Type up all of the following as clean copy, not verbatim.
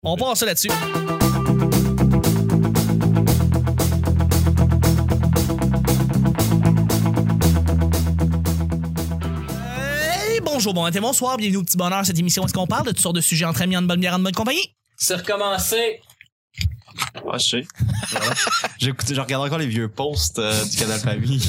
On part ça là-dessus. Bonjour, bon matin, bonsoir, bienvenue au Petit Bonheur. Cette émission, est-ce qu'on parle de toutes sortes de sujets entre amis, en bonne bière, en bonne compagnie? C'est recommencé. Ouais, je sais. Voilà. Je regarde encore les vieux posts du Canal Famille.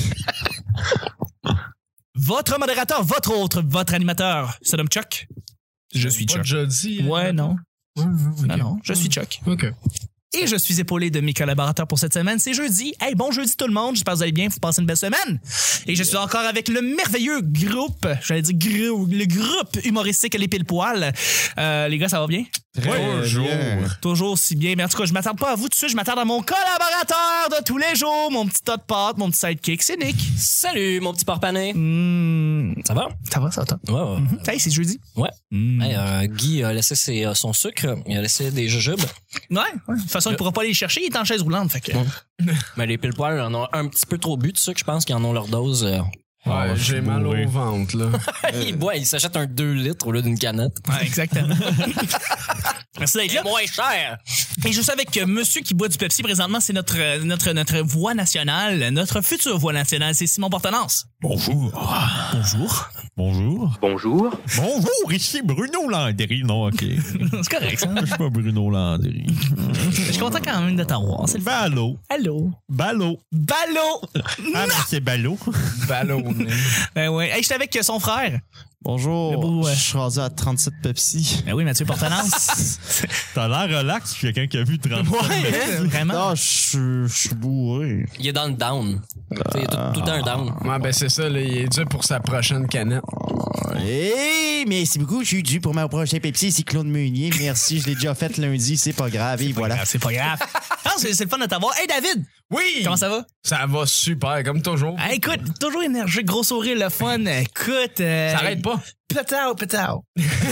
Votre modérateur, votre animateur, se nomme Chuck. Je suis Chuck. Jeudi. Ouais, non. Okay. Non, je suis Chuck. OK. Et je suis épaulé de mes collaborateurs pour cette semaine. C'est jeudi. Hey, bon jeudi tout le monde. J'espère que vous allez bien. Vous passez une belle semaine. Et je suis encore avec le merveilleux groupe, le groupe humoristique Les Pile-Poil. Les gars, ça va bien? Bonjour. Toujours si bien. Mais en tout cas, je m'attarde pas à vous tout de suite. Je m'attarde à mon collaborateur de tous les jours, mon petit tas de pâtes, mon petit sidekick. C'est Nick. Salut, mon petit porc-pané. Ça va? Ça va, toi? Ouais. Hey, c'est jeudi. Ouais. Hey, Guy a laissé son sucre. Il a laissé des jujubes. Ouais. De toute façon, il pourra pas aller les chercher. Il est en chaise roulante. Fait que... Mais les pile-poils en ont un petit peu trop bu de sucre. Je pense qu'ils en ont leur dose. Ouais, j'ai mal au ventre, là. Il s'achète un 2 litres au lieu d'une canette. Ouais, exactement. Merci d'être là. C'est moins cher. Et je suis avec monsieur qui boit du Pepsi présentement. C'est notre voix nationale, notre future voix nationale. C'est Simon Portenance. Bonjour. Bonjour. Bonjour. Bonjour. Bonjour, ici Bruno Landry. Non, OK. C'est correct, ça. Je suis pas Bruno Landry. Je suis content quand même de t'avoir. C'est le fun. Ballot. Allô. Ballot. Ballot. Ah, mais c'est ballot. Ballonné. Ben ouais. Hey, j'étais avec son frère. Bonjour. Le beau, Je suis rendu à 37 Pepsi. Ben oui, Mathieu Portenance. T'as l'air relax, quelqu'un qui a vu 30 Vraiment. Non, je suis bourré. Il est dans le down. Il est tout le temps un down. Ouais, ben c'est ça, là, il est dû pour sa prochaine canette. Hey, merci beaucoup. Je suis dû pour ma prochaine Pepsi. C'est Claude Meunier. Merci, je l'ai déjà fait lundi. C'est pas grave. Et voilà. C'est pas grave. Non, c'est le fun de t'avoir. Hey, David. Oui! Comment ça va? Ça va super, comme toujours. Hey, écoute, toujours énergique, gros sourire, le fun. Écoute. Ça arrête pas. Pétard. Pétard,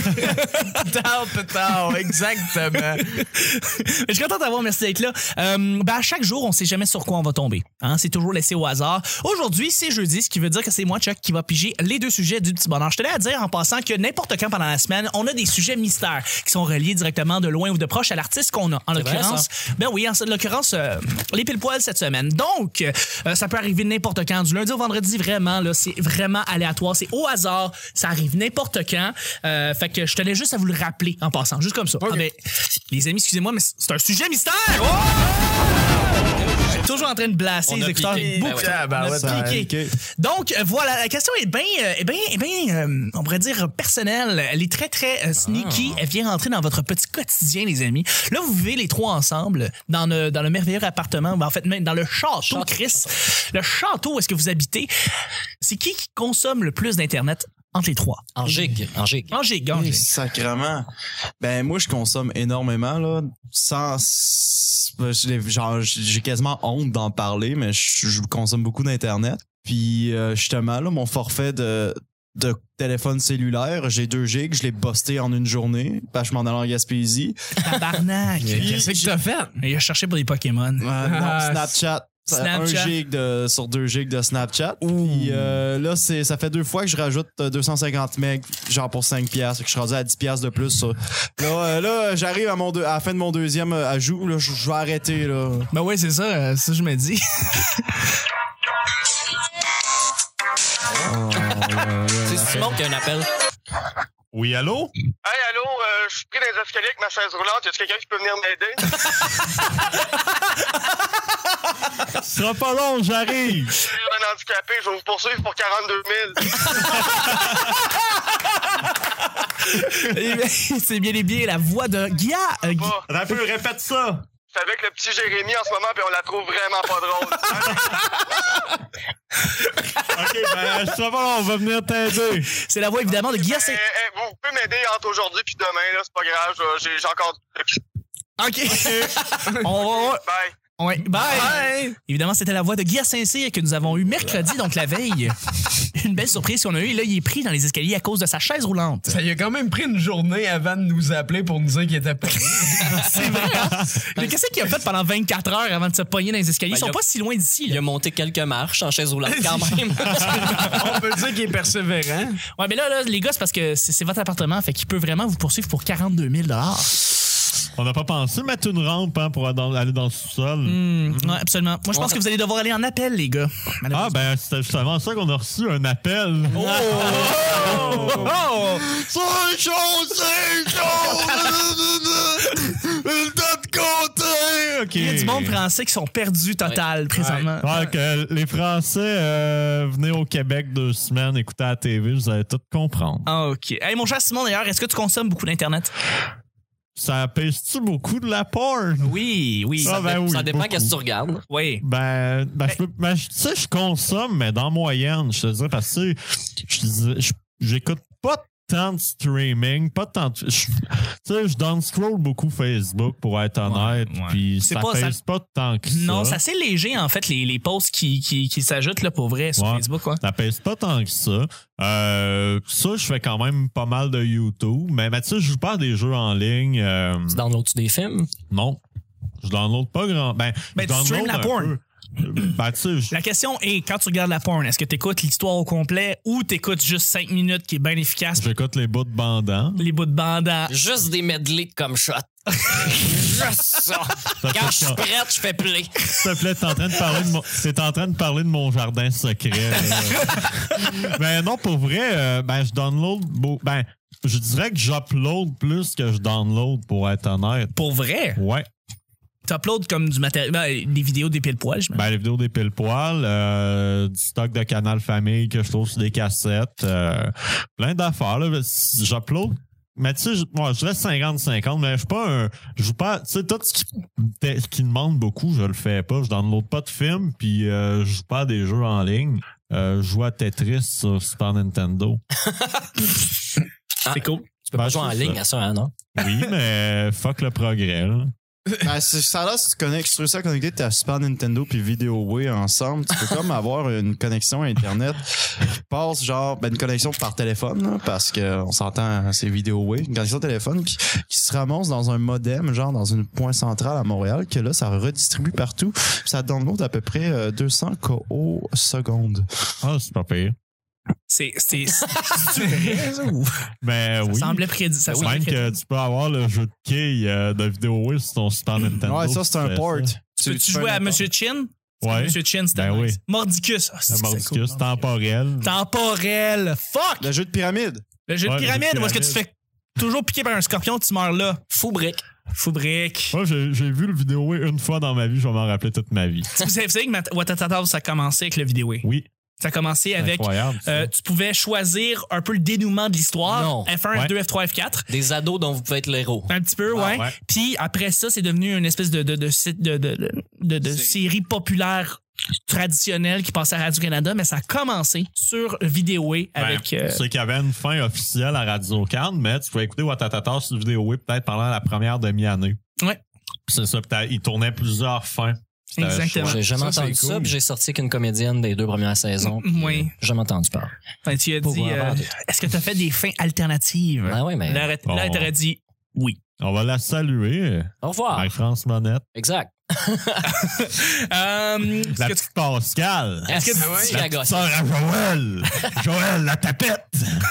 exactement. Je suis content d'avoir, merci d'être là. À chaque jour, on sait jamais sur quoi on va tomber. Hein? C'est toujours laissé au hasard. Aujourd'hui, c'est jeudi, ce qui veut dire que c'est moi, Chuck, qui va piger les deux sujets du Petit Bonheur. Je tenais à dire en passant que n'importe quand pendant la semaine, on a des sujets mystères qui sont reliés directement de loin ou de proche à l'artiste qu'on a. En l'occurrence, les pile-poils cette semaine. Donc, ça peut arriver n'importe quand, du lundi au vendredi, vraiment, là, c'est vraiment aléatoire, c'est au hasard, ça arrive n'importe quand. Fait que je tenais juste à vous le rappeler en passant, juste comme ça. Okay. Ah ben, les amis, excusez-moi, mais c'est un sujet mystère! Oh! Je suis toujours en train de blasser les écouteurs. Beaucoup. Donc, voilà, la question est bien, on pourrait dire personnelle. Elle est très, très sneaky. Elle vient rentrer dans votre petit quotidien, les amis. Là, vous vivez les trois ensemble dans le merveilleux appartement, en fait, même dans le château, Chris. Le château où est-ce que vous habitez. C'est qui consomme le plus d'Internet entre les trois? En gig. Sacrément. Ben, moi, je consomme énormément, là. J'ai quasiment honte d'en parler, mais je consomme beaucoup d'Internet. Puis, justement, là, mon forfait de téléphone cellulaire, j'ai 2 gigs, je l'ai busté en une journée, parce que je m'en allais en Gaspésie. Tabarnak! Qu'est-ce que t'as fait? Il a cherché pour des Pokémon. Non, Snapchat. 1 gig sur 2 gigs de Snapchat. Puis là, ça fait 2 fois que je rajoute 250 megs, genre pour 5$, que je suis rendu à 10$ de plus. Ça. Là, j'arrive à la fin de mon deuxième ajout, là, je vais arrêter. Là. Ben oui, c'est ça, je me dis. C'est Simon qui a un appel. Oui, allô? Hey, allô, je suis pris dans les escaliers avec ma chaise roulante. Y a-t-il quelqu'un qui peut venir m'aider? Ce sera pas long, j'arrive. Je suis un handicapé, je vais vous poursuivre pour 42 000. C'est bien et bien la voix de Guy. Un peu, répète ça. C'est avec le petit Jérémy en ce moment, puis on la trouve vraiment pas drôle. OK, ben, ce sera pas long, on va venir t'aider. C'est la voix évidemment de Guy. Vous pouvez m'aider entre aujourd'hui puis demain, là, c'est pas grave, j'ai encore... OK. On va... Bye. Ouais, bye! Évidemment, c'était la voix de Guy Saint-Cyr que nous avons eu mercredi, donc la veille. Une belle surprise qu'on a eue. Là, il est pris dans les escaliers à cause de sa chaise roulante. Ça y a quand même pris une journée avant de nous appeler pour nous dire qu'il était pas. C'est vrai, hein? Mais qu'est-ce qu'il a fait pendant 24 heures avant de se pogner dans les escaliers? Ils sont pas si loin d'ici. Il a monté quelques marches en chaise roulante quand même. On peut dire qu'il est persévérant. Ouais, mais là, les gars, c'est parce que c'est votre appartement, fait qu'il peut vraiment vous poursuivre pour 42 000 $. On n'a pas pensé mettre une rampe pour aller dans le sous-sol. Ouais, absolument. Moi, je pense que vous allez devoir aller en appel, les gars. Ah, ben, c'était justement ça qu'on a reçu un appel. C'est chose! Le temps de compter! OK. Il y a du monde français qui sont perdus total présentement. Ouais, que les Français venez au Québec 2 semaines, écoutez à la TV, vous allez tout comprendre. Ah, OK. Hey, mon cher Simon, d'ailleurs, est-ce que tu consommes beaucoup d'Internet? Ça pèse-tu beaucoup de la porn? Oui. Ça dépend beaucoup. qu'est-ce que tu regardes. Oui. Tu sais, je consomme, mais dans moyenne, je te dirais, parce que j'écoute pas tant de streaming, pas tant de... Tu sais, je down-scroll beaucoup Facebook, pour être honnête, puis ça pèse pas tant que ça. Non, c'est assez léger, en fait, les posts qui s'ajoutent, là, pour vrai, sur Facebook, quoi. Ça pèse pas tant que ça. Ça, je fais quand même pas mal de YouTube, mais tu sais, je joue pas à des jeux en ligne. Tu downloads-tu des films? Non. Je download pas grand... tu stream la porn. La question est, quand tu regardes la porn, est-ce que tu écoutes l'histoire au complet ou tu écoutes juste 5 minutes qui est bien efficace? J'écoute les bouts de bandant. Les bouts de bandant. Juste des medley comme shot. Juste ça. Quand je suis prête, je fais play. S'il te plaît, t'es en train de parler de mon jardin secret. Mais non, pour vrai, je download... je dirais que j'upload plus que je download, pour être honnête. Pour vrai? Ouais. T'uploades comme du matériel, des vidéos des pile-poils, je les vidéos des pile-poils, du stock de Canal Famille que je trouve sur des cassettes, plein d'affaires. Là. J'upload, mais tu sais, je dirais 50-50, mais je joue pas, tu sais, tout ce qui demande beaucoup, je le fais pas. Je download pas de films, puis je joue pas à des jeux en ligne. Je joue à Tetris sur Super Nintendo. C'est cool. Tu peux pas jouer en ligne à ça, hein, non? Oui, mais fuck le progrès, là. Ça là, si tu réussis à connecter ta Super Nintendo puis VideoWay ensemble, tu peux comme avoir une connexion Internet qui passe une connexion par téléphone, là, parce qu'on s'entend, c'est VideoWay, une connexion téléphone qui se ramasse dans un modem, dans une point centrale à Montréal, que là, ça redistribue partout. Puis ça download à peu près 200 KO secondes. Ah, c'est pas pire. C'est vrai, ça? Ou... Ben oui. Ça semblait prédit. Ça même que tu peux avoir le jeu de quilles de vidéo sur ton Super Nintendo. Ouais, ça, c'est un port. Tu jouais à Monsieur Chin? Ouais. Monsieur Chin, c'était nice. Oui. Mordicus. Mordicus, cool. Temporel. Fuck! Le jeu de pyramide. Le jeu de pyramide, où est-ce que tu fais toujours piquer par un scorpion, tu meurs là? Fou brique. Moi, j'ai vu le vidéo une fois dans ma vie, je vais m'en rappeler toute ma vie. Vous savez que Watatata, ça a commencé avec le vidéo. Oui. Ça a commencé avec... tu pouvais choisir un peu le dénouement de l'histoire. Non. F1, F2, F3, F4. Des ados dont vous pouvez être l'héros. Un petit peu, ouais. Puis après ça, c'est devenu une espèce de série populaire traditionnelle qui passait à Radio-Canada, mais ça a commencé sur VideoWay avec... C'est qu'il y avait une fin officielle à Radio-Can, mais tu pouvais écouter Watatata sur VideoWay peut-être pendant la première demi-année. Ouais. C'est ça, peut-être. Il tournait plusieurs fins. Exactement. J'ai jamais entendu ça, puis j'ai sorti qu'une comédienne des 2 premières saisons. Oui. J'ai jamais entendu parler. Enfin, tu as dit, est-ce que tu as fait des fins alternatives? Ah oui, mais... Là, elle t'aurait dit oui. On va la saluer. Au revoir. Marie-France Monette. Exact. La petite Pascal. Est-ce que tu la petite sœur à Joël? Joël, la tapette.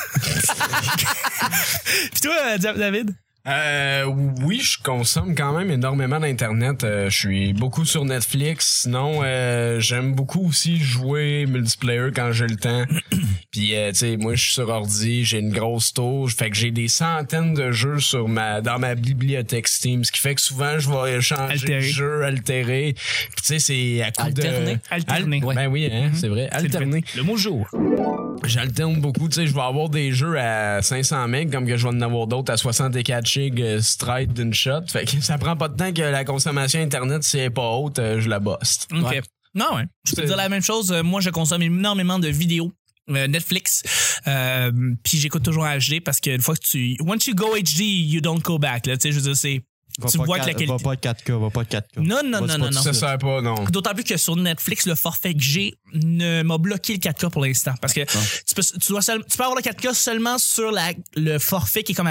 Puis toi, David? Oui, je consomme quand même énormément d'Internet. Je suis beaucoup sur Netflix. Sinon, j'aime beaucoup aussi jouer multiplayer quand j'ai le temps. Puis, tu sais, moi, je suis sur ordi, j'ai une grosse tour. Fait que j'ai des centaines de jeux dans ma bibliothèque Steam. Ce qui fait que souvent, je vais changer de jeu, altérer. Puis, tu sais, c'est à coup Alterner. Ben oui, hein, c'est vrai. Alterner. Le mot jour. J'alterne beaucoup, tu sais, je vais avoir des jeux à 500 MB comme que je vais en avoir d'autres à 64 GB straight d'une shot. Fait que ça prend pas de temps que la consommation Internet, si elle est pas haute, je la bosse. OK. Ouais. Non, ouais. Je peux te dire la même chose. Moi, je consomme énormément de vidéos. Netflix, puis j'écoute toujours en HD parce qu'une fois que once you go HD, you don't go back. Là, tu sais, je veux dire, tu vois que la qualité. Va pas de 4K. Non. Ça sert pas, non. D'autant plus que sur Netflix, le forfait que j'ai m'a bloqué le 4K pour l'instant. Parce que tu peux avoir le 4K seulement sur le forfait qui est comme à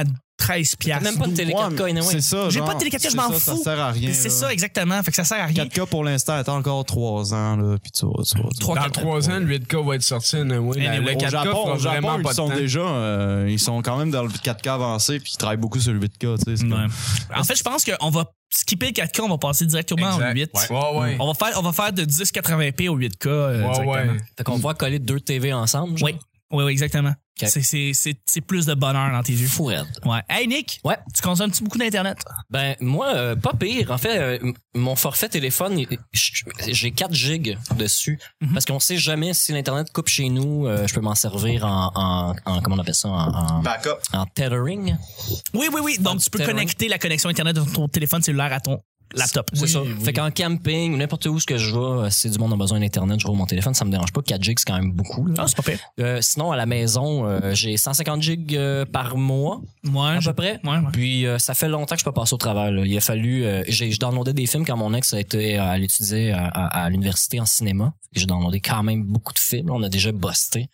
13 piastres. Même pas de télé 4K, anyway. C'est ça. J'ai genre, pas de télé 4K, je c'est m'en ça, fous. Ça sert à rien. C'est là. ça, exactement. Fait que ça sert à rien. 4K pour l'instant, attends encore 3 ans, là, puis tu vois. Dans 3 ans, le 8K va être sorti. Oui, Anyway, le Au 4K Japon, fera vraiment pas ils sont de temps. déjà, ils sont quand même dans le 4K avancé, puis ils travaillent beaucoup sur le 8K, tu sais. c'est Ouais. comme- En fait, je pense qu'on va skipper le 4K, on va passer directement en 8. Ouais. On va faire de 1080p au 8K directement. Ouais. Fait qu'on va pouvoir coller 2 TV ensemble. genre? Oui, exactement. Ok. C'est plus de bonheur dans tes yeux. Fou raide. Ouais. Hey Nick, Ouais. tu consommes-tu beaucoup d'Internet? Ben, moi, pas pire. En fait, mon forfait téléphone, j'ai 4 gigs dessus. Parce qu'on sait jamais si l'Internet coupe chez nous, je peux m'en servir en comment on appelle ça? Backup. En tethering. Oui. Donc, tu peux Tethering. connecter la connexion Internet de ton téléphone cellulaire à ton laptop. C'est ça. Fait qu'en camping, n'importe où ce que je vais, si du monde a besoin d'Internet, je roule mon téléphone, ça me dérange pas. 4 gigs, c'est quand même beaucoup. Là. Ah, c'est pas pire. Sinon, à la maison, j'ai 150 gigs par mois, Ouais, à peu près. Ouais. Puis ça fait longtemps que je peux passer au travers. Là. Il a fallu... je downloadais des films quand mon ex a été à l'étudier à l'université en cinéma. J'ai downloadé quand même beaucoup de films. On a déjà busté.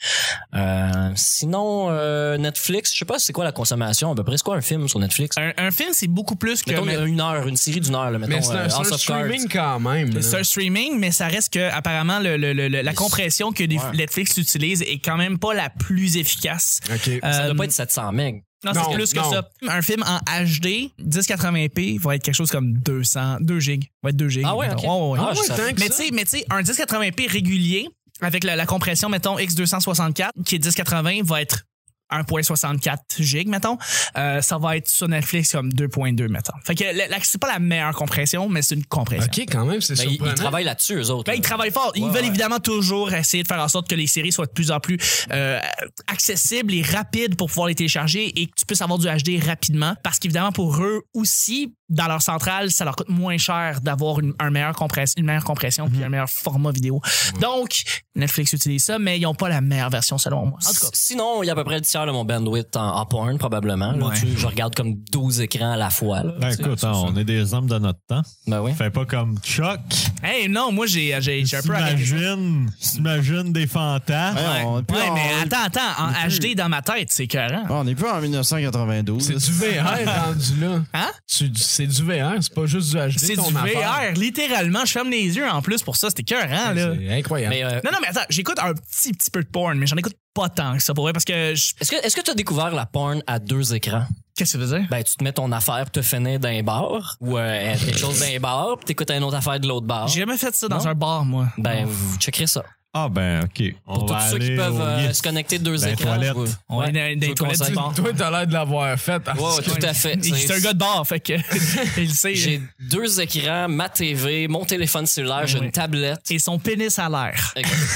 Sinon, Netflix, je sais pas c'est quoi la consommation à peu près. C'est quoi un film sur Netflix? Un film, c'est beaucoup plus que... Mettons une heure, une série d'une heure. Là, mettons, Mais c'est un House of streaming Cards. quand même. là. C'est un streaming, mais ça reste que apparemment la compression que Netflix utilise est quand même pas la plus efficace. OK. Ça doit pas être 700 MB. Non, Non, c'est plus que non. ça. Un film en HD, 1080p, va être quelque chose comme 2 gigs. Va être 2 gigs. Ah ouais, ok. mettons. Ouais. Ah, je ouais, savais. tant que ça. Mais tu sais, un 1080p régulier, avec la compression, mettons, X264, qui est 1080, va être 1.64 gigs, mettons. Ça va être sur Netflix comme 2.2, mettons. Fait que c'est pas la meilleure compression, mais c'est une compression. OK, quand même, c'est Ben, surprenant. ils travaillent là-dessus, eux autres. Ben, ils travaillent fort. Ils veulent évidemment toujours essayer de faire en sorte que les séries soient de plus en plus accessibles et rapides pour pouvoir les télécharger et que tu puisses avoir du HD rapidement. Parce qu'évidemment, pour eux aussi, dans leur centrale, ça leur coûte moins cher d'avoir une meilleure compression puis un meilleur format vidéo. Donc, Netflix utilise ça, mais ils n'ont pas la meilleure version selon moi. En tout cas, Sinon, il y a à peu près le tiers de mon bandwidth en porn, probablement. Là, Ouais. je regarde comme 12 écrans à la fois. Là, Ben tu sais. écoute, on est des hommes de notre temps. Ben oui. Fais pas comme Chuck. hey, non, moi, j'ai un peu arrêté ça. T'imagines des fantasmes. Ouais, on est plus Ouais, en- mais attends, en HD dans ma tête, c'est écœurant. Ah, on n'est plus en 1992. C'est du VR rendu là. Hein? C'est du VR, c'est pas juste du HD. C'est ton du affaire. VR, littéralement. Je ferme les yeux en plus pour ça. C'était écœurant, là. C'est incroyable. Mais, Non, mais attends, j'écoute un petit peu de porn, mais j'en écoute pas tant que ça pour vrai parce que est-ce que tu as découvert la porn à 2 écrans? qu'est-ce que ça veut dire? Ben, tu te mets ton affaire pour te finir d'un bar ou quelque chose d'un bar puis t'écoutes une autre affaire de l'autre bar. J'ai jamais fait ça dans Non? un bar, moi. Ben, vous checkerez ça. Ah ben ok. Pour tous ceux qui peuvent se connecter de 2 Ben, écrans. toilettes. On est dans les je vous toilettes conseille. du bar. Toi, t'as l'air de l'avoir fait. Ouais, tout à fait. C'est un gars de bar, fait que il sait. J'ai 2 écrans, ma TV, mon téléphone cellulaire, j'ai Oui. une tablette. Et son pénis à l'air.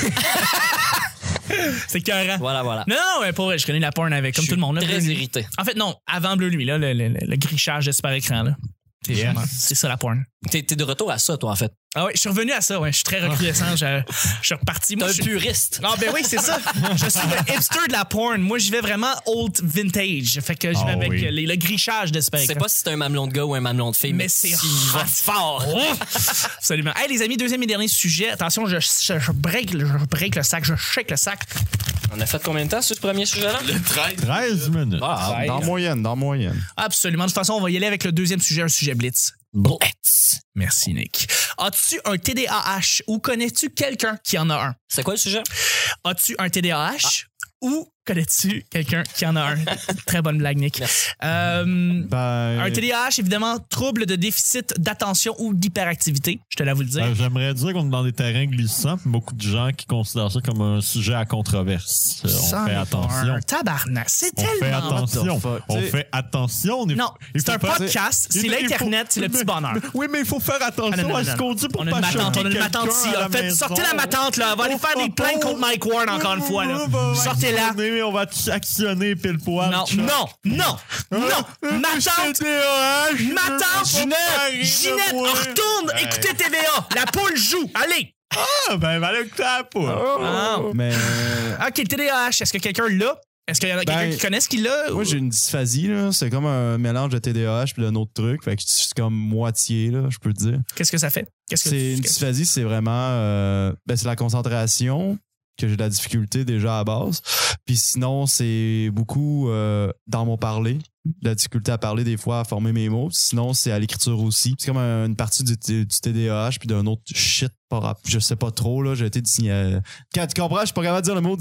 C'est écœurant. Voilà. Non, mais pour vrai, je connais la porn avec, comme Je tout le monde. Là, suis Bleu très Nuit. irrité. En fait, non, avant Bleu Nuit, là, le grichage de super écran, là. C'est ça la porn. T'es de retour à ça, toi, en fait. Ah ouais, je suis revenu à ça, ouais. Je suis très reconnaissant. Je suis reparti. T'es Moi, un je suis- puriste. Ah ben oui, c'est ça. Je suis le hipster de la porn. Moi, j'y vais vraiment old vintage. Fait que je vais Ah avec oui. le grichage de super Je sais écran. pas si c'est un mamelon de gars ou un mamelon de fille, Mais c'est va fort. Absolument. Hey, les amis, deuxième et dernier sujet. Attention, je break le sac, je shake le sac. On a fait combien de temps sur ce premier sujet-là? 13 minutes. Ah, Dans moyenne. Absolument. De toute façon, on va y aller avec le deuxième sujet, un sujet blitz. Blitz. Merci, Nick. As-tu un TDAH ou connais-tu quelqu'un qui en a un? C'est quoi le sujet? As-tu un TDAH ou connais-tu quelqu'un qui en a un? Très bonne blague, Nick. Un TDAH, évidemment, trouble de déficit d'attention ou d'hyperactivité. Je te l'avoue le dire. Ben, j'aimerais dire qu'on est dans des terrains glissants. Puis beaucoup de gens qui considèrent ça comme un sujet à controverse. Ça On fait n'est pas attention. un tabarnak. C'est On fait tellement... attention. fuck? On T'sais- fait attention. On est- Non, il c'est faut un faire- podcast, c'est il- il faut- l'Internet, c'est le petit bonheur. Oui, mais il faut faire attention à ce qu'on dit pour On a pas une matante, choquer on a une matante quelqu'un ici. à la En fait, maison. sortez la matante, là. On va aller faire des plaintes contre Mike Ward encore une fois, là. Sortez-la. Mais on va actionner pile poil. Non, Chuck. non. Ma tante, Ginette, retourne écouter TVA. La poule joue. Allez. Ah, ben, va écouter la poule. Ah. Mais OK, TDAH, est-ce que quelqu'un l'a? Est-ce qu'il y en a quelqu'un qui connaît ce qu'il a? moi, j'ai une dysphasie, là. C'est comme un mélange de TDAH puis d'un autre truc. Fait que c'est comme moitié, là, je peux te dire. Qu'est-ce que ça fait? C'est une dysphasie, c'est vraiment c'est la concentration que j'ai de la difficulté déjà à la base. Puis sinon, c'est beaucoup dans mon parler. de la difficulté à parler des fois, à former mes mots. Sinon, c'est à l'écriture aussi. C'est comme une partie du TDAH puis d'un autre shit. Je sais pas trop, là. J'ai été quand tu comprends, je suis pas capable de dire le mot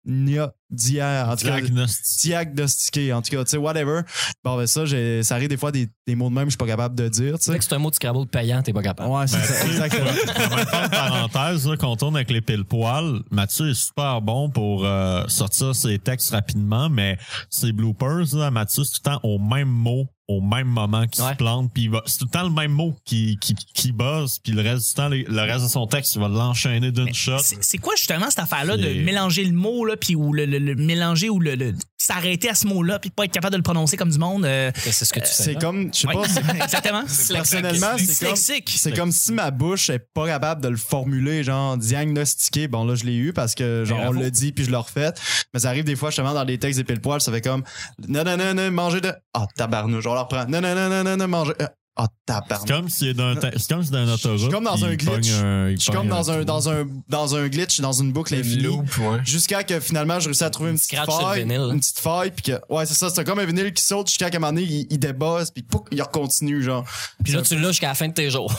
diagnostiqué. En tout cas, tu sais, whatever. Bon, ben ça arrive des fois des mots de même, je suis pas capable de dire, tu sais. C'est un mot de Scrabble payant, t'es pas capable. Ouais, c'est ça, exactement. En même temps, parenthèse, là, qu'on tourne avec les pile-poils, Mathieu est super bon pour sortir ses textes rapidement, mais ses bloopers, là, Mathieu, c'est tout le temps au même mot, au même moment qu'il se plante, puis c'est tout le temps le même mot qui buzz, puis le reste du temps, le reste de son texte, il va l'enchaîner d'une shot. C'est quoi justement cette affaire-là de mélanger le mot, là, puis ou le mélanger ou le s'arrêter à ce mot-là, puis pas être capable de le prononcer comme du monde? C'est ce que tu fais. C'est comme, je sais pas. Exactement. Personnellement, c'est comme si ma bouche est pas capable de le formuler, genre diagnostiquer. Bon, là, je l'ai eu parce que genre on l'a dit puis je l'ai refait. Mais ça arrive des fois justement dans des textes des pile-poil, ça fait comme non, manger de. Ah, tabarnouche, on leur prend. Non, manger. Ah, tabarnak. C'est comme si d'un autoroute. Je suis comme dans un glitch. Je suis comme dans un glitch, dans une boucle infinie. Jusqu'à que finalement, je réussis à trouver une petite faille. Puis que, ouais, c'est ça. C'est comme un vinyle qui saute jusqu'à qu'à un moment donné, il débuzz. Puis pouf, il recontinue, genre. Puis là, tu l'as jusqu'à la fin de tes jours.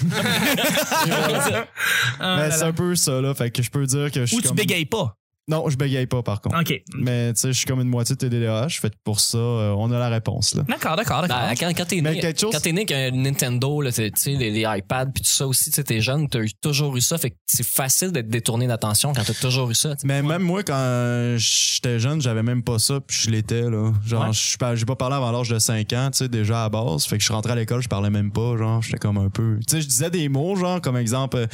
Mais c'est un peu ça, là. Fait que je peux dire que je suis. Ou tu bégayes pas. Non, je bégaye pas, par contre. OK. Mais tu sais, je suis comme une moitié de TDAH. Fait que pour ça, on a la réponse, là. D'accord. Ben, quand t'es né avec un Nintendo, là, tu sais, les iPads puis tout ça aussi, tu sais, t'es jeune, t'as toujours eu ça. Fait que c'est facile d'être détourné d'attention quand t'as toujours eu ça. Mais même moi, quand j'étais jeune, j'avais même pas ça, puis je l'étais, là. Genre, j'ai pas parlé avant l'âge de 5 ans, tu sais, déjà à la base. Fait que je suis rentré à l'école, je parlais même pas, genre, j'étais comme un peu. Tu sais, je disais des mots, genre, comme exemple,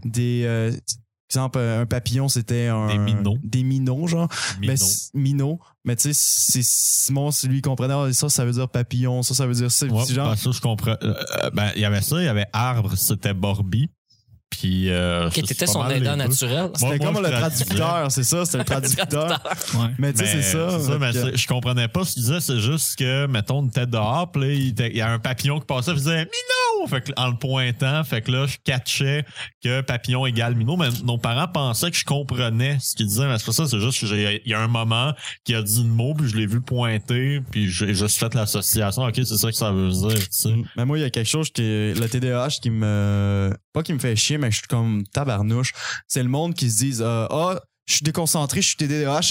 un papillon, c'était des minots, genre. Minots. Mais tu sais, Simon, si lui comprenait, ça veut dire papillon, ça veut dire ça. Ouais, genre. ça, je comprends. Il y avait ça, il y avait arbre, c'était Borby. Puis, t'étais son aidant naturel. C'était comme le traducteur, c'est ça, c'était le traducteur. Ouais. Mais tu sais, c'est ça. Je comprenais pas ce qu'il disait, c'est juste que, mettons, une tête de harpe, là, il y a un papillon qui passait, il faisait Minot! Fait que, en le pointant, fait que là, je catchais que papillon égale Minot, mais nos parents pensaient que je comprenais ce qu'il disait, mais c'est pas ça, c'est juste qu'il y a un moment qu'il a dit le mot, puis je l'ai vu pointer, puis j'ai juste fait l'association. OK, c'est ça que ça veut dire, tu sais. Mais moi, il y a quelque chose le TDAH qui pas qui me fait chier, mais je suis comme tabarnouche. C'est le monde qui se dise je suis déconcentré, je suis TDAH.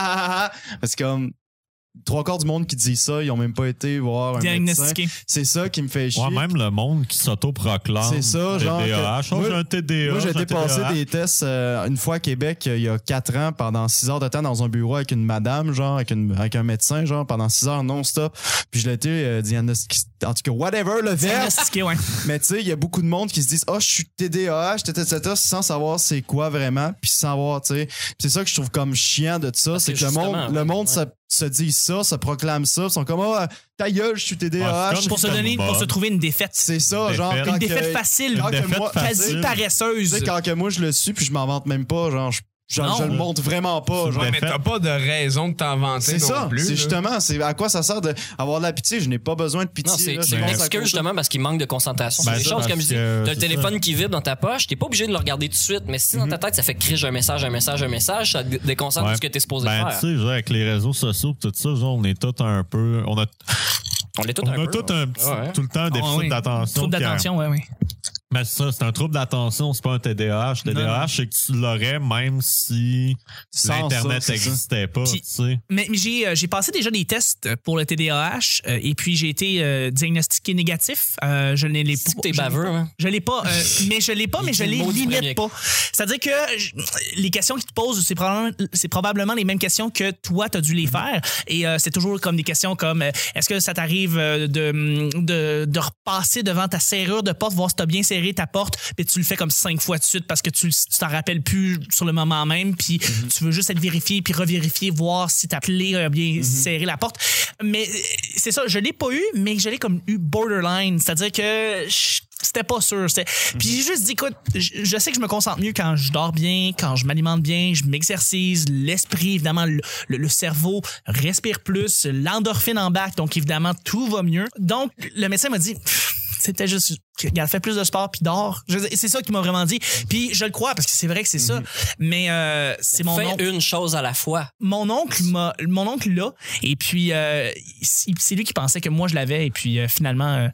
Parce que comme 3/4 du monde qui dit ça, ils ont même pas été voir un médecin. C'est ça qui me fait chier. Ouais, même le monde qui s'auto-proclame. C'est ça, genre. TDAH. J'ai un TDAH. Moi, j'ai été passer des tests une fois à Québec il y a 4 ans pendant 6 heures de temps dans un bureau avec une madame, genre, avec un médecin, genre, pendant 6 heures non-stop. Puis je l'ai été diagnostiqué. En tout cas, whatever, le verbe. Diagnostiqué, ouais. Mais tu sais, il y a beaucoup de monde qui se disent je suis TDAH, sans savoir c'est quoi vraiment, puis sans savoir, tu sais. C'est ça que je trouve comme chiant de ça, c'est que le monde se dit ça, se proclame ça, ils sont comme ta gueule, je suis TDAH. Pour se trouver une défaite. C'est ça, genre une défaite facile, quasi paresseuse. Tu sais, quand que moi je le suis puis je m'en vante même pas, genre je le montre vraiment pas. Genre. Mais t'as pas de raison de t'en vanter non plus. C'est justement, c'est à quoi ça sert d'avoir de la pitié? Je n'ai pas besoin de pitié. Non, c'est une excuse justement parce qu'il manque de concentration. C'est des choses comme je dis. T'as le téléphone qui vibre dans ta poche, t'es pas obligé de le regarder tout de suite, mais si dans ta tête ça fait crier un message, ça te déconcentre de ce que t'es supposé faire. Tu sais, avec les réseaux sociaux tout ça, genre, on est tous un peu. On a tout un petit, tout le temps un déficit d'attention. Trouble d'attention, oui. Mais c'est un trouble d'attention, c'est pas un TDAH. TDAH, c'est que tu l'aurais même si l'Internet n'existait pas. Puis, tu sais. Mais j'ai passé déjà des tests pour le TDAH et puis j'ai été diagnostiqué négatif. Je ne l'ai pas. T'es baveux, hein? Je l'ai pas, mais je l'ai limite pas. C'est-à-dire que les questions qu'ils te posent, c'est probablement les mêmes questions que toi, t'as dû les faire. Et c'est toujours comme des questions comme est-ce que ça t'arrive de repasser devant ta serrure de porte, voir si t'as bien serré ta porte, puis tu le fais comme 5 fois de suite parce que tu t'en rappelles plus sur le moment même, puis tu veux juste être vérifié, puis revérifier, voir si ta clé a bien serré la porte. Mais c'est ça, je l'ai pas eu, mais je l'ai comme eu borderline, c'est-à-dire que c'était pas sûr. Puis j'ai juste dit, écoute, je sais que je me concentre mieux quand je dors bien, quand je m'alimente bien, je m'exercise, l'esprit, évidemment, le cerveau respire plus, l'endorphine embarque, donc évidemment, tout va mieux. Donc, le médecin m'a dit... C'était juste regarde, fais plus de sport puis dors. C'est ça qu'il m'a vraiment dit. Puis je le crois parce que c'est vrai que c'est ça. Mais c'est mon oncle. Fais une chose à la fois. Mon oncle l'a. Et puis c'est lui qui pensait que moi je l'avais. Et puis finalement,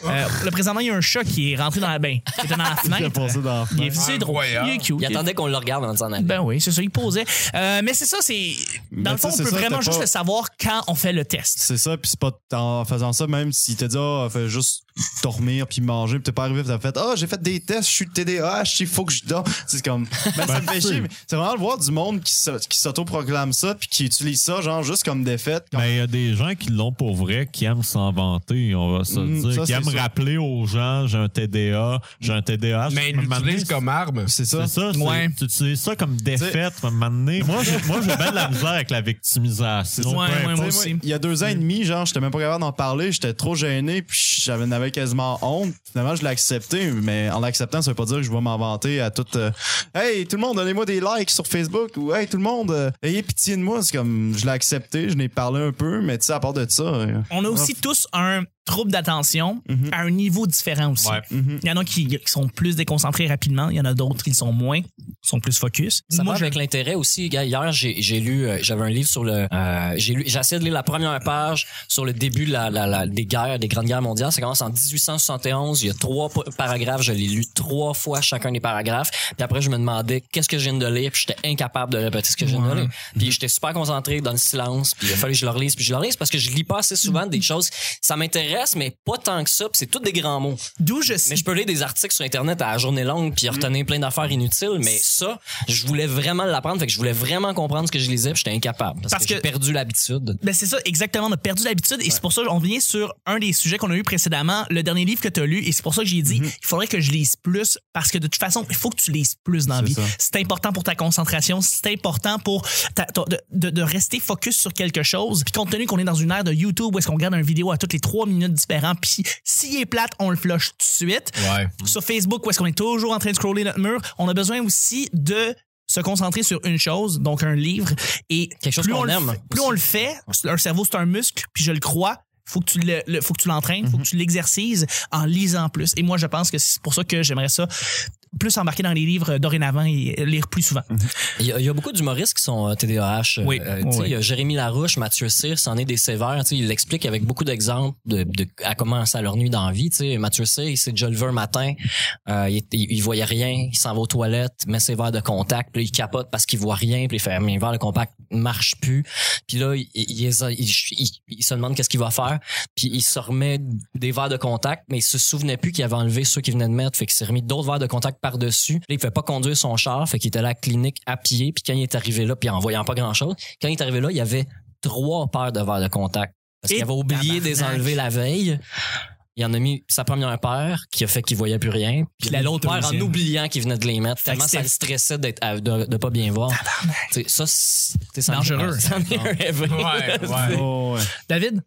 le présentement il y a un chat qui est rentré dans la qui était dans la fenêtre. Il est c'est drôle. Il est cute. Il attendait qu'on le regarde avant de s'en aller. Ben oui, c'est ça. Il posait. Mais c'est ça. C'est dans le fond, on peut vraiment juste le savoir quand on fait le test. C'est ça. Puis c'est pas en faisant ça, même s'il te dit fais juste dormir puis manger, puis t'es pas arrivé, puis t'as fait j'ai fait des tests, je suis TDAH, il faut que je dors. C'est comme ça me fait chier, mais c'est vraiment de voir du monde qui s'autoproclame ça puis qui utilise ça genre juste comme défaite. Mais il y a des gens qui l'ont pour vrai, qui aiment s'en vanter, on va se dire, ça, qui aiment rappeler aux gens j'ai un TDAH. Mais ils l'utilisent comme arme. C'est ça. Ouais. Tu utilises ça comme défaite à un moment donné. Moi j'ai bien de la misère avec la victimisation. Ouais, moi aussi. Il y a 2 ans et demi, genre j'étais même pas capable d'en parler, j'étais trop gêné puis j'avais quasiment honte. Finalement, je l'ai accepté, mais en l'acceptant, ça veut pas dire que je vais m'en vanter à tout. Hey, tout le monde, donnez-moi des likes sur Facebook, ou hey, tout le monde, ayez pitié de moi. C'est comme, je l'ai accepté, je n'ai parlé un peu, mais tu sais, à part de ça. On a aussi tous un trouble d'attention à un niveau différent aussi. Ouais. Il y en a qui sont plus déconcentrés rapidement, il y en a d'autres qui sont moins, sont plus focus. Ça va avec l'intérêt aussi. Hier, j'ai lu, j'avais un livre sur j'ai essayé de lire la première page sur le début des grandes guerres mondiales. Ça commence en 1871. Il y a 3 paragraphes. Je l'ai lu 3 fois chacun des paragraphes. Puis après, je me demandais qu'est-ce que je viens de lire. Puis j'étais incapable de répéter ce que je viens de lire. Puis j'étais super concentré dans le silence. Puis il a fallu que je le relise. Puis je le relise parce que je lis pas assez souvent des choses. Ça m'intéresse, mais pas tant que ça. Puis c'est tous des grands mots. Mais je peux lire des articles sur Internet à la journée longue puis retenir plein d'affaires inutiles. Mais ça, je voulais vraiment l'apprendre. Fait que je voulais vraiment comprendre ce que je lisais. Puis j'étais incapable parce que j'ai perdu l'habitude. Ben c'est ça, exactement. On a perdu l'habitude. Et c'est pour ça qu'on vient sur un des sujets qu'on a eu précédemment, le dernier livre que tu as lu. Et c'est pour ça que j'ai dit, il faudrait que je lise plus parce que de toute façon, il faut que tu lises plus dans la vie. C'est important pour ta concentration. C'est important pour de rester focus sur quelque chose. Puis compte tenu qu'on est dans une ère de YouTube où est-ce qu'on regarde une vidéo à toutes les 3 minutes différents, puis s'il est plate, on le flush tout de suite. Ouais. Sur Facebook où est-ce qu'on est toujours en train de scroller notre mur, on a besoin aussi de se concentrer sur une chose, donc un livre. Et quelque chose qu'on aime. Plus on le fait, un cerveau c'est un muscle, puis je le crois. Faut que tu l'entraînes, faut que tu l'exercises en lisant plus. Et moi, je pense que c'est pour ça que j'aimerais ça plus embarquer dans les livres dorénavant et lire plus souvent. Il y a beaucoup d'humoristes qui sont TDAH. Oui. Il y a Jérémy Larouche, Mathieu Cyr, c'en est des sévères. Il l'explique avec beaucoup d'exemples à comment ça leur nuit dans la vie. Mathieu Cyr, il s'est déjà levé un matin, il voyait rien, il s'en va aux toilettes, met ses verres de contact, puis là, il capote parce qu'il voit rien, puis il fait mes verres de contact marchent plus. Puis là, il se demande qu'est-ce qu'il va faire, puis il se remet des verres de contact, mais il se souvenait plus qu'il avait enlevé ceux qu'il venait de mettre, fait qu'il s'est remis d'autres verres de contact par-dessus. Là, il pouvait pas conduire son char, fait qu'il était à la clinique à pied, puis quand il est arrivé là, puis en voyant pas grand-chose, quand il est arrivé là, il y avait 3 paires de verres de contact. Parce qu'il avait oublié de les enlever la veille. Il en a mis sa première paire, qui a fait qu'il voyait plus rien. Puis l'autre paire en oubliant qu'il venait de les mettre. Tellement ça le stressait de pas bien voir. Ça, c'est dangereux. Ouais. David?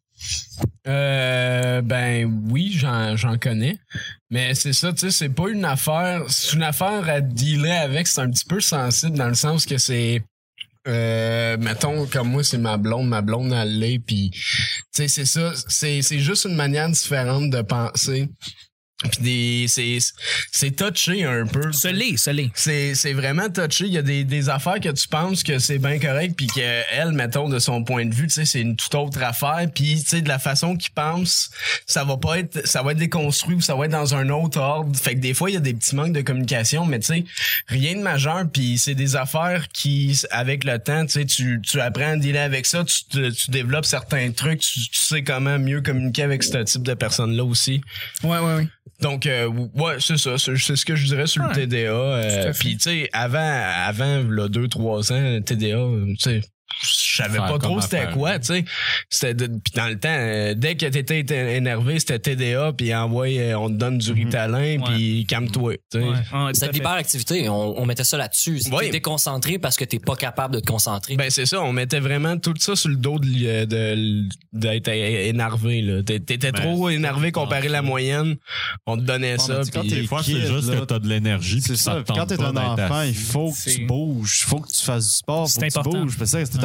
Ben oui, j'en connais. Mais c'est ça, tu sais, c'est pas une affaire. C'est une affaire à dealer avec. C'est un petit peu sensible dans le sens que c'est. Mettons, comme moi, c'est ma blonde elle l'est, pis tu sais, c'est ça, c'est juste une manière différente de penser. Puis c'est touché un peu. Ce l'est. C'est vraiment touché. Il y a des affaires que tu penses que c'est bien correct, puis que elle, mettons, de son point de vue, tu sais, c'est une toute autre affaire. Puis tu sais, de la façon qu'il pense, ça va être déconstruit ou ça va être dans un autre ordre. Fait que des fois, il y a des petits manques de communication, mais tu sais, rien de majeur. Puis c'est des affaires qui, avec le temps, tu sais, tu apprends à dealer avec ça, tu développes certains trucs, tu sais comment mieux communiquer avec ce type de personnes-là aussi. Ouais. Donc, ouais, c'est ça. C'est ce que je dirais sur le TDA. Puis, tu sais, avant, là, 2-3 ans, TDA, tu sais, je savais pas trop c'était quoi, tu sais. Puis dans le temps, dès que t'étais énervé, c'était TDA, puis on te donne du Ritalin, puis calme-toi, tu sais. C'était l'hyperactivité, on mettait ça là-dessus. T'es déconcentré parce que t'es pas capable de te concentrer. Ben c'est ça, on mettait vraiment tout ça sur le dos d'être énervé, là. T'étais trop énervé comparé à la moyenne, on te donnait ça. Des fois, c'est juste que t'as de l'énergie. C'est ça, quand t'es un enfant, il faut que tu bouges, il faut que tu fasses du sport, faut que tu bouges. Parce que c'est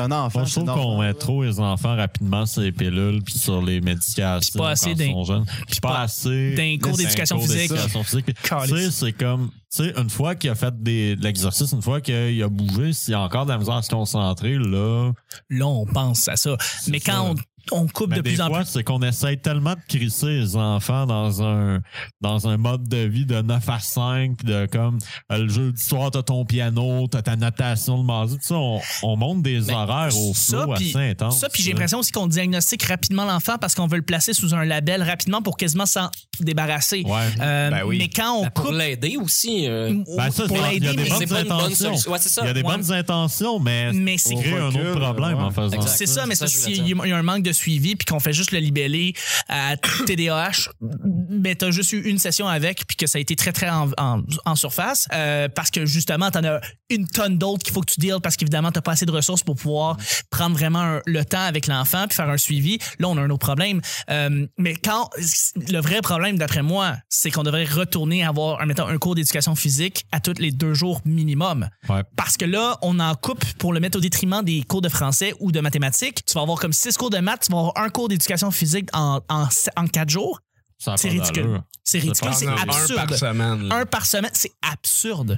un enfant. Moi, je trouve qu'on met trop les enfants rapidement sur les pilules puis sur les médications. Puis pas assez quand ils sont jeunes. Puis pas assez d'un cours d'éducation physique. Tu sais, c'est comme, tu sais, une fois qu'il a fait de l'exercice, une fois qu'il a bougé, s'il y a encore de la misère à se concentrer, là. Là, on pense à ça. Mais quand on coupe de plus en plus. C'est qu'on essaye tellement de crisser les enfants dans un mode de vie de 9 à 5, pis de comme le jeudi soir, t'as ton piano, t'as ta natation le mardi, tout ça, on monte des horaires au flow assez intense. Ça, puis j'ai l'impression aussi qu'on diagnostique rapidement l'enfant parce qu'on veut le placer sous un label rapidement pour quasiment s'en débarrasser. Ouais. Oui. Mais quand on coupe... Pour l'aider aussi. Pour l'aider, mais c'est pas une bonne solution. Ouais, c'est ça. Il y a des bonnes intentions, mais c'est crée un autre problème en faisant ça. C'est ça, mais s'il y a un manque de suivi puis qu'on fait juste le libeller à TDAH, mais t'as juste eu une session avec puis que ça a été très très en surface parce que justement t'en as une tonne d'autres qu'il faut que tu deals parce qu'évidemment t'as pas assez de ressources pour pouvoir prendre vraiment le temps avec l'enfant puis faire un suivi. Là on a un autre problème, mais quand le vrai problème d'après moi c'est qu'on devrait retourner avoir un cours d'éducation physique à tous les 2 jours minimum, parce que là on en coupe pour le mettre au détriment des cours de français ou de mathématiques. Tu vas avoir comme 6 cours de maths, tu vas avoir un cours d'éducation physique en 4 jours. C'est ridicule. C'est ridicule, c'est absurde. Un par semaine. Un par semaine, c'est absurde.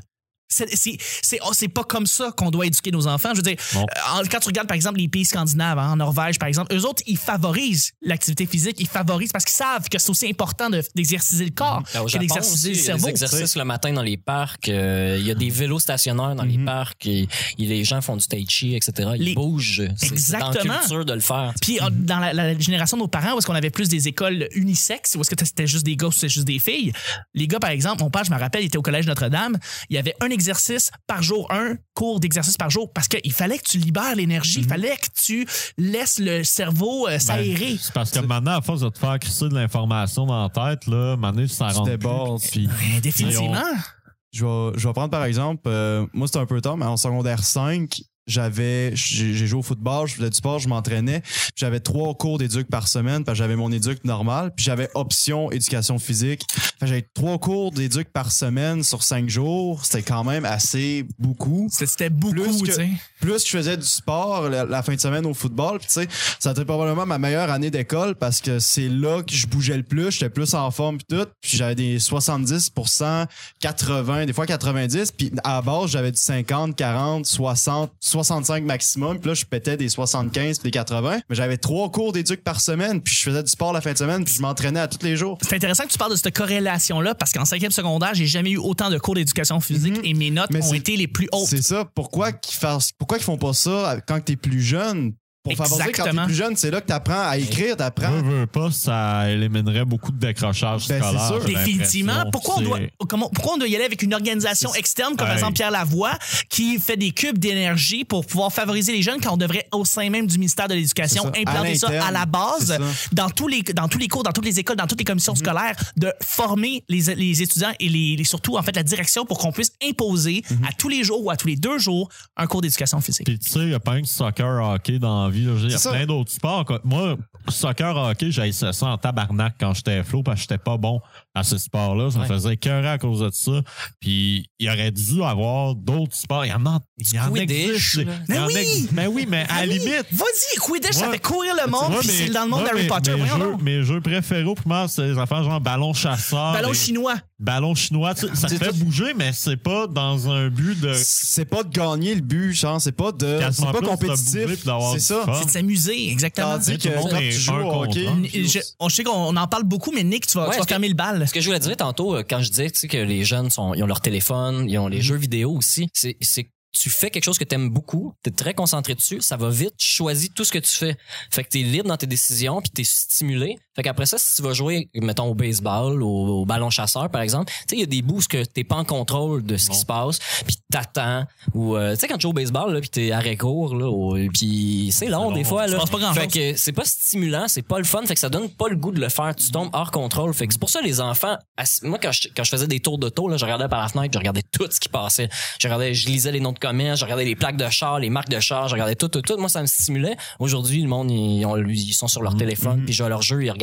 C'est pas comme ça qu'on doit éduquer nos enfants. Je veux dire, quand tu regardes par exemple les pays scandinaves, en Norvège par exemple, eux autres, ils favorisent l'activité physique, ils favorisent parce qu'ils savent que c'est aussi important d'exerciser le corps que d'exerciser le cerveau. Les exercices le matin dans les parcs, il y a des vélos stationnaires dans les parcs, et les gens font du tai chi, etc. Ils bougent. Exactement. C'est dans la culture de le faire. Puis dans la génération de nos parents, où est-ce qu'on avait plus des écoles unisexes, où est-ce que c'était juste des gars ou c'était juste des filles, les gars par exemple, mon père, je me rappelle, il était au collège Notre-Dame, il y avait un exercice par jour, un cours d'exercice par jour, parce qu'il fallait que tu libères l'énergie, il fallait que tu laisses le cerveau s'aérer. C'est parce que maintenant, à force de te faire crisser de l'information dans la tête, là, maintenant, tu t'en rends compte. Définitivement. Je vais prendre par exemple, moi c'était un peu tard, mais en secondaire 5, j'ai joué au football, je faisais du sport, je m'entraînais. J'avais 3 cours d'éduc par semaine parce que j'avais mon éduc normal, puis j'avais option éducation physique. J'avais 3 cours d'éduc par semaine sur 5 jours. C'était quand même assez beaucoup. C'était beaucoup, tu sais. Plus que je faisais du sport la fin de semaine au football, puis tu sais, ça a été probablement ma meilleure année d'école parce que c'est là que je bougeais le plus, j'étais plus en forme puis tout. Puis j'avais des 70%, 80, des fois 90, puis à la base, j'avais du 50, 40, 60, 65 maximum, puis là je pétais des 75 puis des 80, mais j'avais 3 cours d'éduc par semaine, puis je faisais du sport la fin de semaine, puis je m'entraînais à tous les jours. C'est intéressant que tu parles de cette corrélation là parce qu'en 5e secondaire, j'ai jamais eu autant de cours d'éducation physique et mes notes ont été les plus hautes. C'est ça, pourquoi qu'ils font pas ça quand t'es plus jeune? Pour favoriser quand t'es plus jeune, c'est là que t'apprends à écrire, t'apprends. Veux pas, ça éliminerait beaucoup de décrochage scolaire. C'est sûr. Définitivement. Pourquoi on doit y aller avec une organisation externe comme par exemple Pierre Lavoie qui fait des cubes d'énergie pour pouvoir favoriser les jeunes quand on devrait au sein même du ministère de l'Éducation implanter ça à la base dans tous les cours, dans toutes les écoles, dans toutes les commissions scolaires, de former les étudiants et surtout en fait la direction pour qu'on puisse imposer à tous les jours ou à tous les 2 jours un cours d'éducation physique. Puis tu sais, il y a pas un soccer, hockey dans la vie. Il y a plein d'autres sports. Moi, soccer, hockey, j'haïssais ça en tabarnak quand j'étais flow parce que j'étais pas bon à ce sport-là. Ça me faisait écœurer à cause de ça. Puis il aurait dû avoir d'autres sports. Il y en existe. Mais oui, mais à la limite. Vas-y, Quidditch, ça fait courir le monde. Puis c'est dans le monde d'Harry Potter. Mes jeux préférés au primaire, c'est les affaires genre ballon chasseur. Ballon chinois. Ça te fait bouger, mais c'est pas dans un but de. C'est pas de gagner le but, genre. C'est pas compétitif. C'est ça. C'est de s'amuser, exactement. Tandis que quand tu joues au hockey. Je sais qu'on en parle beaucoup, mais Nick, tu vas fermer le bal. Ce que je voulais dire tantôt, quand je disais que les jeunes ils ont leur téléphone, ils ont les jeux vidéo aussi, c'est tu fais quelque chose que t'aimes beaucoup, t'es très concentré dessus, ça va vite, tu choisis tout ce que tu fais. Fait que t'es libre dans tes décisions, puis t'es stimulé. Fait qu'après ça, si tu vas jouer, mettons, au baseball, au ballon chasseur, par exemple, tu sais, il y a des bouts que t'es pas en contrôle de ce qui se passe, puis t'attends, ou tu sais, quand tu joues au baseball, là, puis t'es arrêt court, là, puis c'est long, des fois, là. Fait que c'est pas stimulant, c'est pas le fun, fait que ça donne pas le goût de le faire, tu tombes hors contrôle. Fait que c'est pour ça, les enfants, moi, quand je faisais des tours d'auto, là, je regardais par la fenêtre, je regardais tout ce qui passait. Je lisais les noms de commerce, je regardais les plaques de char, les marques de char, je regardais tout. Moi, ça me stimulait. Aujourd'hui, le monde, ils sont sur leur téléphone, puis ils jouent à leur jeu, ils regardent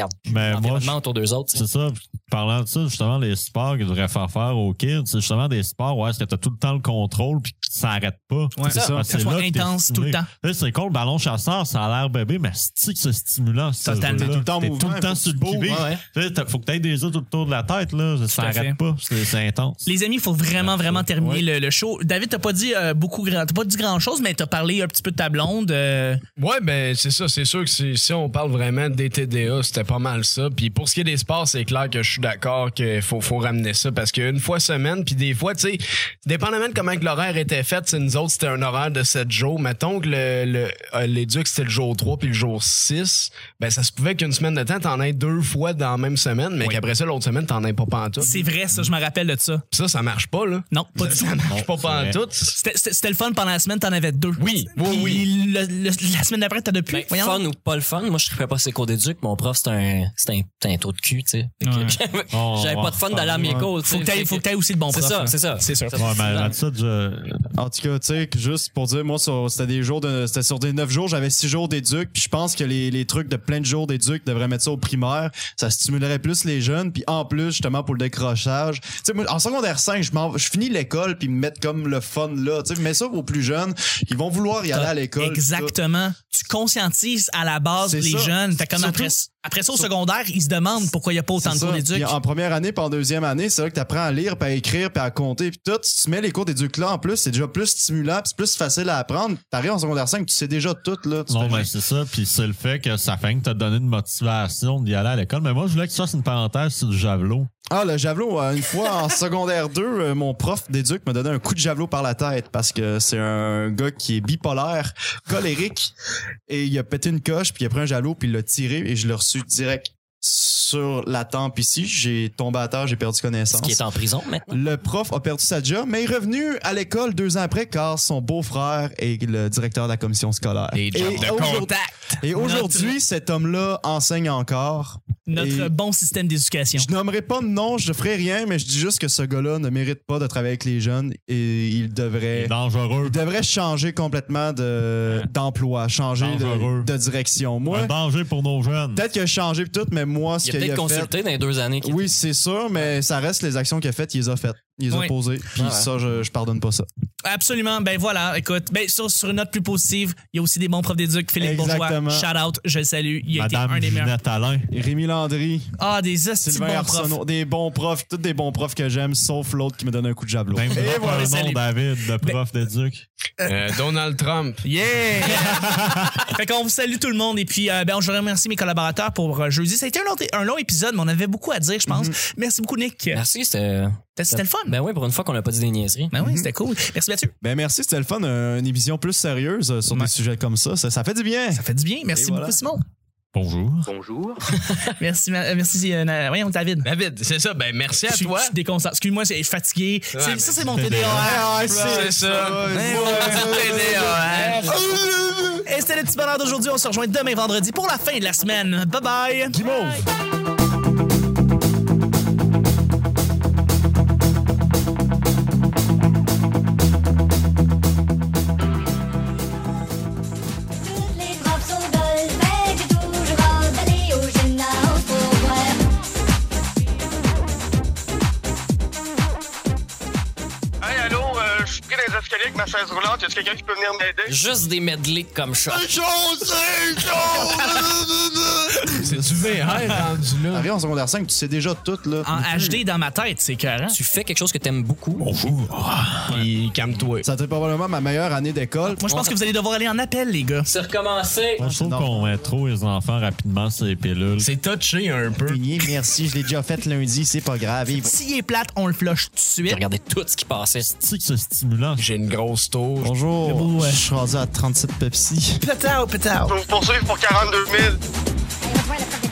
regardent Mais moi, l'environnement autour d'eux autres. c'est ça. Parlant de ça, justement, les sports qu'ils devraient faire aux kids, c'est justement des sports où est-ce que t'as tout le temps le contrôle puis que ça arrête pas. Ouais, c'est ça. que ça soit là que t'es intense tout le stimulé. temps. Là, c'est con, le ballon chasseur, ça a l'air bébé, mais c'est que c'est stimulant. Totalement. T'es tout le temps en T'es tout mouvement, le temps faut sur que le tu qui-vive. bouges, ouais. Tu sais, faut que t'aies des autres autour de la tête, là. Ça à fait. arrête pas. C'est intense. Les amis, il faut vraiment terminer le show. David, t'as pas dit t'as pas dit grand-chose, mais t'as parlé un petit peu de ta blonde. Ouais, ben c'est ça. C'est sûr que si on parle vraiment des TDA, c'était pas mal ça. Puis pour ce qui est des sports, c'est clair que je suis d'accord qu'il faut ramener ça parce qu'une fois semaine, puis des fois, tu sais, dépendamment de comment que l'horaire était fait, nous autres, c'était un horaire de 7 jours. Mettons que l'éduc, c'était le jour 3 puis le jour 6, ben ça se pouvait qu'une semaine de temps, t'en aies 2 fois dans la même semaine, mais qu'après ça, l'autre semaine, t'en aies pas pantoute. C'est vrai, ça, je me rappelle de ça. Ça marche pas, là. Non, pas du tout. Ça marche pas pantoute. C'était le fun pendant la semaine, t'en avais 2. Oui. Puis la semaine d'après, t'as depuis. Ben, fun ou pas le fun, moi je ferais pas ces cours d'éduc, mon prof c'est un trou de cul, tu sais. Fait que Ouais. j'avais pas de fun d'aller à mes cours. tu sais. Faut que t'aies aussi de bons profs. C'est ça. C'est sûr. Ouais, mais là-dessus, En tout cas, tu sais, juste pour dire, moi, c'était sur des 9 jours, j'avais 6 jours d'éduc, puis je pense que les trucs de plein de jours d'éduc devraient mettre ça au primaire. Ça stimulerait plus les jeunes, puis en plus, justement, pour le décrochage. Tu sais, moi, en secondaire 5, je finis l'école, puis me mettre comme le fun là. Tu sais, mets ça aux plus jeunes, ils vont vouloir y aller à l'école. Exactement. Tu conscientises à la base C'est les ça. jeunes. Fait comme Surtout- après ça, au secondaire, ils se demandent pourquoi il n'y a pas autant de C'est cours ça. d'éduc. Puis en première année, puis en deuxième année, c'est là que tu apprends à lire, puis à écrire, puis à compter, puis tout. Si tu mets les cours d'éduc là en plus, c'est déjà plus stimulant, puis c'est plus facile à apprendre. T'arrives en secondaire 5, tu sais déjà tout là. Tu non, fais mais c'est ça. Puis c'est le fait que ça fait que t'as donné une motivation d'y aller à l'école. Mais moi, je voulais que ça, c'est une parenthèse sur le javelot. Ah, le javelot, une fois en secondaire 2, mon prof d'éduc m'a donné un coup de javelot par la tête parce que c'est un gars qui est bipolaire, colérique, et il a pété une coche, puis il a pris un javelot, puis il l'a tiré, et je l'ai reçu direct sur la tempe ici. J'ai tombé à terre, j'ai perdu connaissance. Qui est en prison maintenant. Le prof a perdu sa job, mais est revenu à l'école 2 ans après car son beau-frère est le directeur de la commission scolaire. Les jobs de aujourd'hui- contact. Et aujourd'hui, cet homme-là enseigne encore. Notre Et bon système d'éducation. je nommerai pas de nom, je ferai rien, mais je dis juste que ce gars-là ne mérite pas de travailler avec les jeunes et il C'est devrait dangereux. changer complètement d'emploi, changer Dangereux. de direction. Moi, Un danger pour nos jeunes. peut-être qu'il a changé pis tout, mais moi, ce Il a qu'il peut-être a fait... consulté dans les 2 années. Oui, c'est sûr, mais ça reste les actions qu'il a faites, il les a faites. Il les a Oui. posées. Puis Ouais. ça, je pardonne pas ça. Absolument. Ben voilà, écoute. Ben sur une note plus positive, il y a aussi des bons profs d'éduc. Philippe Exactement. Bourgeois, shout out, je le salue. Il a Madame été un des meilleurs. Ginette Alain. Et Rémi Landry, Ah, des hosties de Sylvain bons profs. Arsenault, des bons profs, tous des bons profs que j'aime, sauf l'autre qui me donne un coup de javelot. Même Et voilà. un salut. nom, David, le prof d'éduc. Donald Trump. Yeah! Fait qu'on vous salue tout le monde et puis ben je remercie mes collaborateurs pour jeudi. Ça a été un long épisode, mais on avait beaucoup à dire, je pense. Merci beaucoup, Nick. Merci, c'était C'était le fun. Ben oui, pour une fois qu'on n'a pas dit des niaiseries. Ben oui, c'était cool. Merci Mathieu. Ben merci, c'était le fun, une émission plus sérieuse sur des sujets comme ça. Ça fait du bien. Ça fait du bien. Merci Et voilà. beaucoup, Simon. Bonjour. Bonjour. Merci, voyons, David. David, c'est ça. Ben, merci à Je suis toi. déconcentré. Excuse-moi, je suis fatigué. mais Ça, c'est mon TDAH. TDAH. C'est ça. Et c'était le petit bonheur d'aujourd'hui. On se rejoint demain vendredi pour la fin de la semaine. Bye bye. Toutes les profs sont dolles, mais j'ai toujours hâte d'aller au gymnase pour vrai. Hey, allô, je suis pris dans les escaliers avec ma chaise roulante. Y a quelqu'un qui peut venir m'aider? Juste des medley comme ça. C'est du VR rendu là. Arrivé en secondaire 5, tu sais déjà tout, là. En HD dans ma tête, c'est carré. Tu fais quelque chose que t'aimes beaucoup. Puis calme-toi. Ça a été probablement ma meilleure année d'école. Moi, je pense que vous allez devoir aller en appel, les gars. C'est recommencé. Moi, je trouve qu'on met trop les enfants rapidement sur les pilules. C'est touché un peu. Merci, je l'ai déjà fait lundi, c'est pas grave. S'il est plate, on le flush tout de J'ai suite. regardé tout ce qui passait. C'est que c'est stimulant. J'ai une grosse tour. Bonjour, Le beau, ouais. je suis rendu à 37 Pepsi. Pétard, pétard. Je vais vous poursuivre pour 42 000. Allez, rejoins la